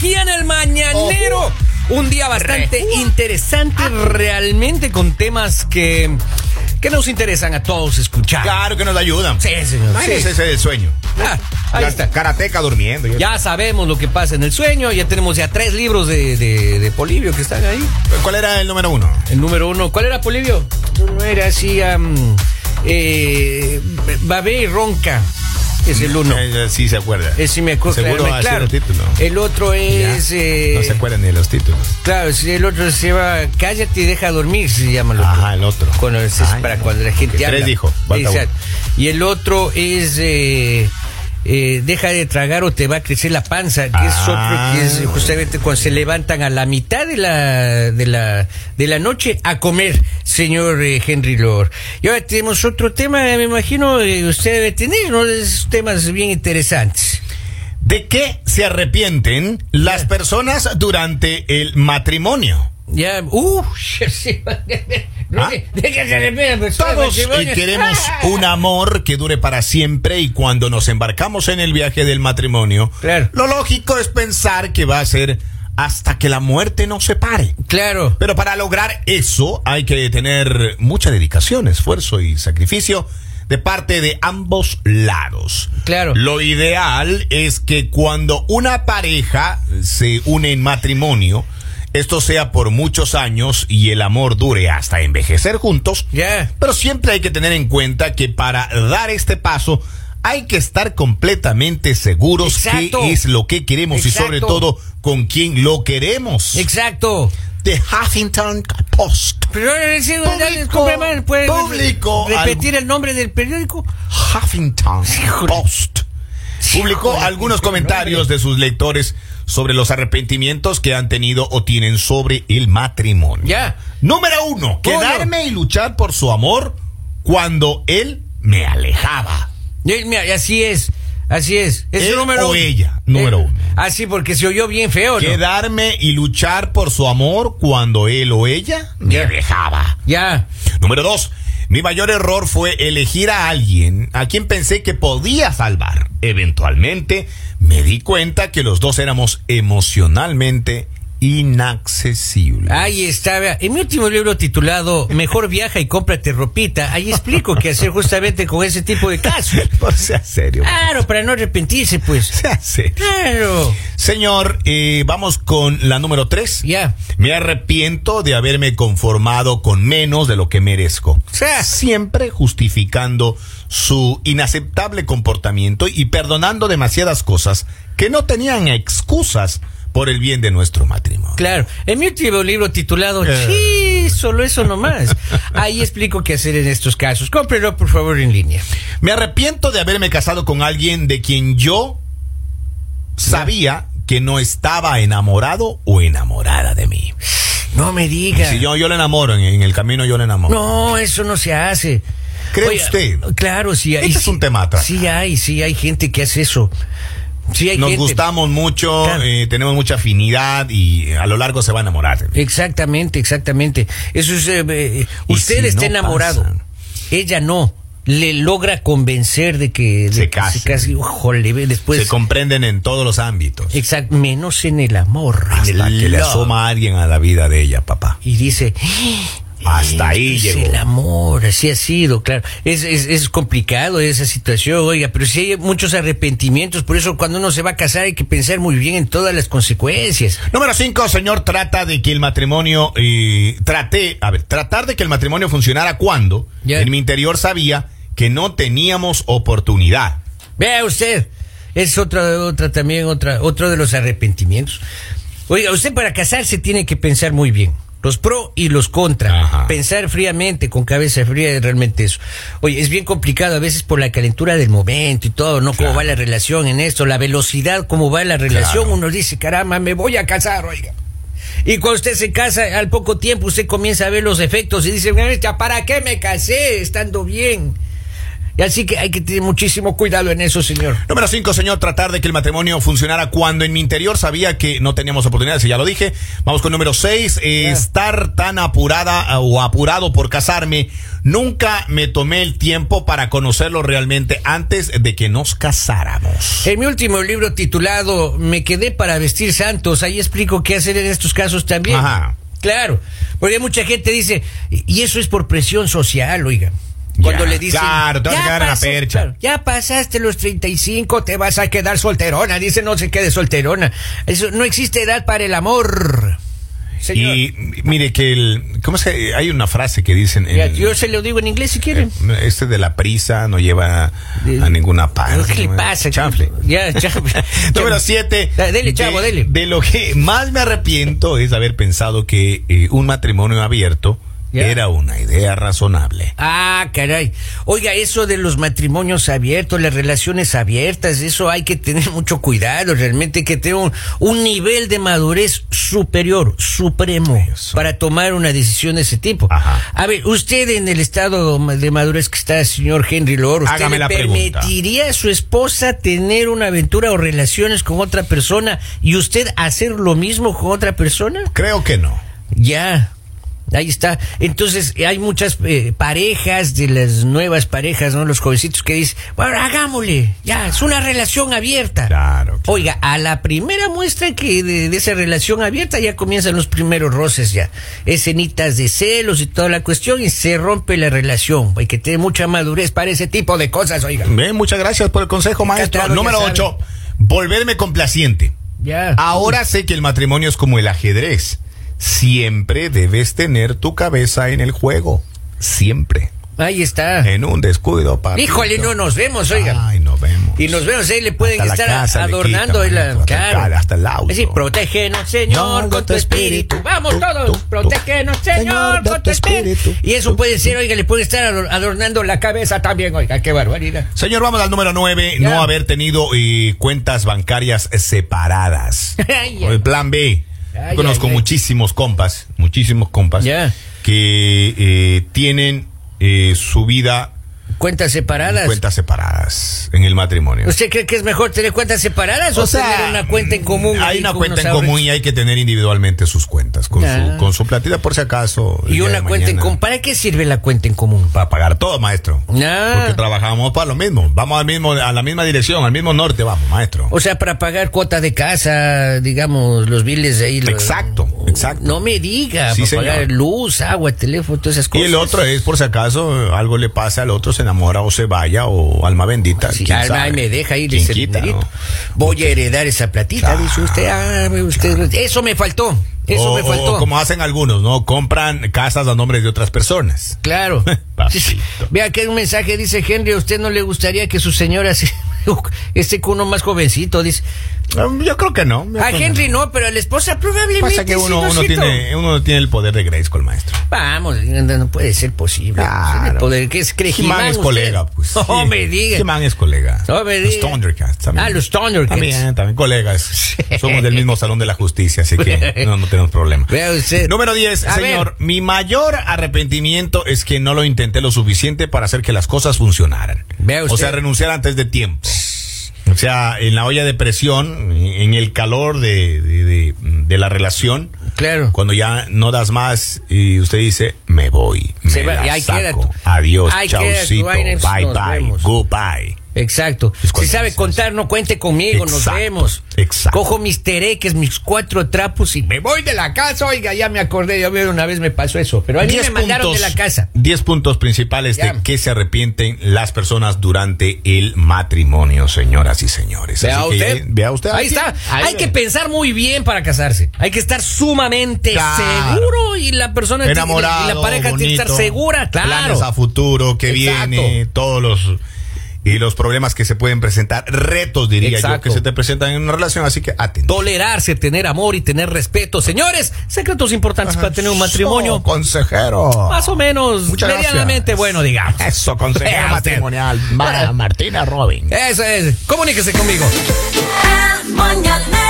aquí en el Mañanero. Un día bastante interesante, realmente, con temas que nos interesan a todos escuchar. Claro que nos ayudan. Sí, señor. Sí. Ese es el sueño. Ahí está. Karateca durmiendo. Ya sabemos lo que pasa en el sueño. Ya tenemos ya 3 libros de Polibio que están ahí. ¿Cuál era el número 1? El número 1. ¿Cuál era, Polibio? No era así. Babé y Ronca. Es el 1. Sí se acuerda. Sí me acuerdo. Seguro va a ser el título. El otro es... no se acuerdan ni de los títulos. Claro, el otro se llama Cállate y deja dormir, se llama el otro. Ajá, el otro. Para cuando la gente habla. 3 dijo. Exacto. Y el otro es... deja de tragar o te va a crecer la panza, que es otro que es justamente cuando se levantan a la mitad de la noche a comer, señor Henry Lord. Y ahora tenemos otro tema, me imagino usted debe tener uno de esos temas bien interesantes. ¿De qué se arrepienten las personas durante el matrimonio? Ya, sí. Todos queremos un amor que dure para siempre, y cuando nos embarcamos en el viaje del matrimonio, claro, lo lógico es pensar que va a ser hasta que la muerte nos separe. Claro. Pero para lograr eso hay que tener mucha dedicación, esfuerzo y sacrificio de parte de ambos lados. Claro. Lo ideal es que cuando una pareja se une en matrimonio, esto sea por muchos años y el amor dure hasta envejecer juntos. Pero siempre hay que tener en cuenta que para dar este paso hay que estar completamente seguros qué es lo que queremos y sobre todo con quién lo queremos. Exacto. The Huffington Post. ¿Puede repetir el nombre del periódico? Huffington Post. Publicó algunos comentarios de sus lectores sobre los arrepentimientos que han tenido o tienen sobre el matrimonio. Número 1, quedarme y luchar por su amor cuando él me alejaba. Así es. Es él número o ella, número 1. Así porque se oyó bien feo, ¿no? Quedarme y luchar por su amor cuando él o ella me alejaba. Número 2. Mi mayor error fue elegir a alguien a quien pensé que podía salvar. Eventualmente me di cuenta que los dos éramos emocionalmente inaccesibles. Ahí está, vea. En mi último libro titulado Mejor viaja y cómprate ropita, ahí explico qué hacer justamente con ese tipo de casos. Por sea serio. Claro, para no arrepentirse, pues. Sea serio. Claro. Señor, vamos con la número 3. Me arrepiento de haberme conformado con menos de lo que merezco. Siempre justificando su inaceptable comportamiento y perdonando demasiadas cosas que no tenían excusas por el bien de nuestro matrimonio. Claro. En mi último libro titulado solo eso nomás, ahí explico qué hacer en estos casos. Cómprelo, por favor, en línea. Me arrepiento de haberme casado con alguien de quien yo sabía que no estaba enamorado o enamorada de mí. No me diga. Si yo le enamoro, en el camino yo le enamoro. No, eso no se hace. ¿Cree usted? Claro, sí hay. Este es un tema atrás. Sí hay gente que hace eso. Nos gustamos mucho, tenemos mucha afinidad y a lo largo se va a enamorar. Exactamente. Eso es, usted está enamorado, ella no. Le logra convencer de que se case. Después se comprenden en todos los ámbitos. Exacto, menos en el amor. Hasta que le asoma a alguien a la vida de ella, papá. Y dice... Hasta ahí llegó. El amor, así ha sido, claro. Es complicado esa situación, oiga, pero sí hay muchos arrepentimientos. Por eso cuando uno se va a casar hay que pensar muy bien en todas las consecuencias. Número 5, señor, trata de que el matrimonio... tratar de que el matrimonio funcionara cuando en mi interior sabía que no teníamos oportunidad. Vea usted, es otro de los arrepentimientos. Oiga, usted para casarse tiene que pensar muy bien. Los pro y los contra. Pensar fríamente, con cabeza fría, es realmente eso. Oye, es bien complicado a veces por la calentura del momento y todo, ¿no? Cómo va la relación en esto, la velocidad, cómo va la relación. Uno dice, caramba, me voy a casar, oiga. Y cuando usted se casa, al poco tiempo usted comienza a ver los efectos y dice, ¿para qué me casé estando bien? Y así que hay que tener muchísimo cuidado en eso, señor. Número 5, señor, tratar de que el matrimonio funcionara cuando en mi interior sabía que no teníamos oportunidades, y ya lo dije. Vamos con número 6, estar tan apurada o apurado por casarme. Nunca me tomé el tiempo para conocerlo realmente antes de que nos casáramos. En mi último libro titulado Me quedé para vestir santos, ahí explico qué hacer en estos casos también. Ajá. Claro, porque mucha gente dice, y eso es por presión social, oiga. Cuando le dicen, claro, te vas a quedar en la percha. Claro, ya pasaste los 35, te vas a quedar solterona. Dice, no se quede solterona. Eso, no existe edad para el amor. Señor. Y mire que ¿cómo es que hay una frase que dicen? Yo se lo digo en inglés si quieren. De la prisa no lleva a ninguna parte. ¿Qué le pasa? Chanfle. Ya, chanfle. Número 7. Dele, chavo, dele. De lo que más me arrepiento es haber pensado que un matrimonio abierto era una idea razonable. Ah, caray. Oiga, eso de los matrimonios abiertos, las relaciones abiertas, eso hay que tener mucho cuidado. Realmente hay que tener un nivel de madurez superior, supremo, para tomar una decisión de ese tipo. Ajá. A ver, usted en el estado de madurez que está, señor Henry Lord, ¿usted le permitiría a su esposa tener una aventura o relaciones con otra persona y usted hacer lo mismo con otra persona? Creo que no. Ya. Ahí está. Entonces, hay muchas parejas, de las nuevas parejas, ¿no? Los jovencitos que dicen, bueno, hagámosle, ya, es una relación abierta. Claro. Oiga, a la primera muestra que de esa relación abierta ya comienzan los primeros roces ya. Escenitas de celos y toda la cuestión y se rompe la relación. Hay que tener mucha madurez para ese tipo de cosas, oiga. Muchas gracias por el consejo, maestro. Número 8, volverme complaciente. Ya. Ahora sé que el matrimonio es como el ajedrez. Siempre debes tener tu cabeza en el juego. Siempre. Ahí está. En un descuido, papi. Híjole, no nos vemos, oiga. Ay, nos vemos. Y nos vemos, ahí le pueden hasta estar adornando claro. Hasta el auto. Sí, protégenos, Señor, con tu espíritu. Vamos todos, protégenos, Señor, con tu espíritu. Y eso puede ser, oiga, le puede estar adornando la cabeza también, oiga, qué barbaridad. Señor, vamos al número 9, no haber tenido cuentas bancarias separadas. El plan B. Conozco muchísimos compas que tienen su vida cuentas separadas en el matrimonio. ¿Usted cree que es mejor tener cuentas separadas o tener una cuenta en común? Hay una cuenta en común y hay que tener individualmente sus cuentas con su platita por si acaso. Y una cuenta en común. ¿Para qué sirve la cuenta en común? Para pagar todo, maestro. Porque trabajamos para lo mismo. Vamos a la misma dirección, al mismo norte, vamos, maestro. O sea, para pagar cuota de casa, digamos, los biles de ahí. Exacto. No me diga, sí, para pagar luz, agua, teléfono, todas esas cosas. Y el otro es, por si acaso algo le pasa al otro, se enamora o se vaya o alma bendita. Sí, alma y me deja ir ese dinerito. ¿No? Voy a heredar esa platita, dice usted. Eso me faltó. O como hacen algunos, ¿no? Compran casas a nombre de otras personas. Claro. Vea que hay un mensaje, dice Henry, ¿a usted no le gustaría que su señora esté con uno más jovencito? Dice. Yo creo que no. A Henry no, pero a la esposa probablemente. Pasa que uno tiene el poder de Grayskull, maestro. Vamos, no puede ser posible. Claro. El poder que es He-Man es colega, pues. No me diga. He-Man es colega. No me diga. Los Thundercats también. Los Thundercats. También colegas. Somos del mismo salón de la justicia, así que no tenemos problema. Vea usted. Número 10, señor. Mi mayor arrepentimiento es que no lo intenté lo suficiente para hacer que las cosas funcionaran. Vea usted. O sea, renunciar antes de tiempo. O sea, en la olla de presión, en el calor de la relación. Claro. Cuando ya no das más y usted dice, me voy, me la saco. Adiós, chaucito, bye, goodbye. Exacto. Si sabe contar, no cuente conmigo, nos vemos. Exacto. Cojo mis tereques, mis 4 trapos y me voy de la casa. Oiga, ya me acordé, ya una vez me pasó eso, pero a mí me mandaron de la casa. 10 puntos principales de que se arrepienten las personas durante el matrimonio, señoras y señores. Vea usted. Ahí está. Hay que pensar muy bien para casarse. Hay que estar sumamente seguro y la persona enamorado, y la pareja bonito, tiene que estar segura. Claro. Planes a futuro que viene, todos los problemas que se pueden presentar, retos diría yo que se te presentan en una relación, así que atento. Tolerarse, tener amor y tener respeto. Señores, secretos importantes para tener un matrimonio. Consejero. Más o menos, medianamente bueno, digamos. Eso, consejero matrimonial. Martina Robin. Eso es. Comuníquese conmigo. El Mañanero.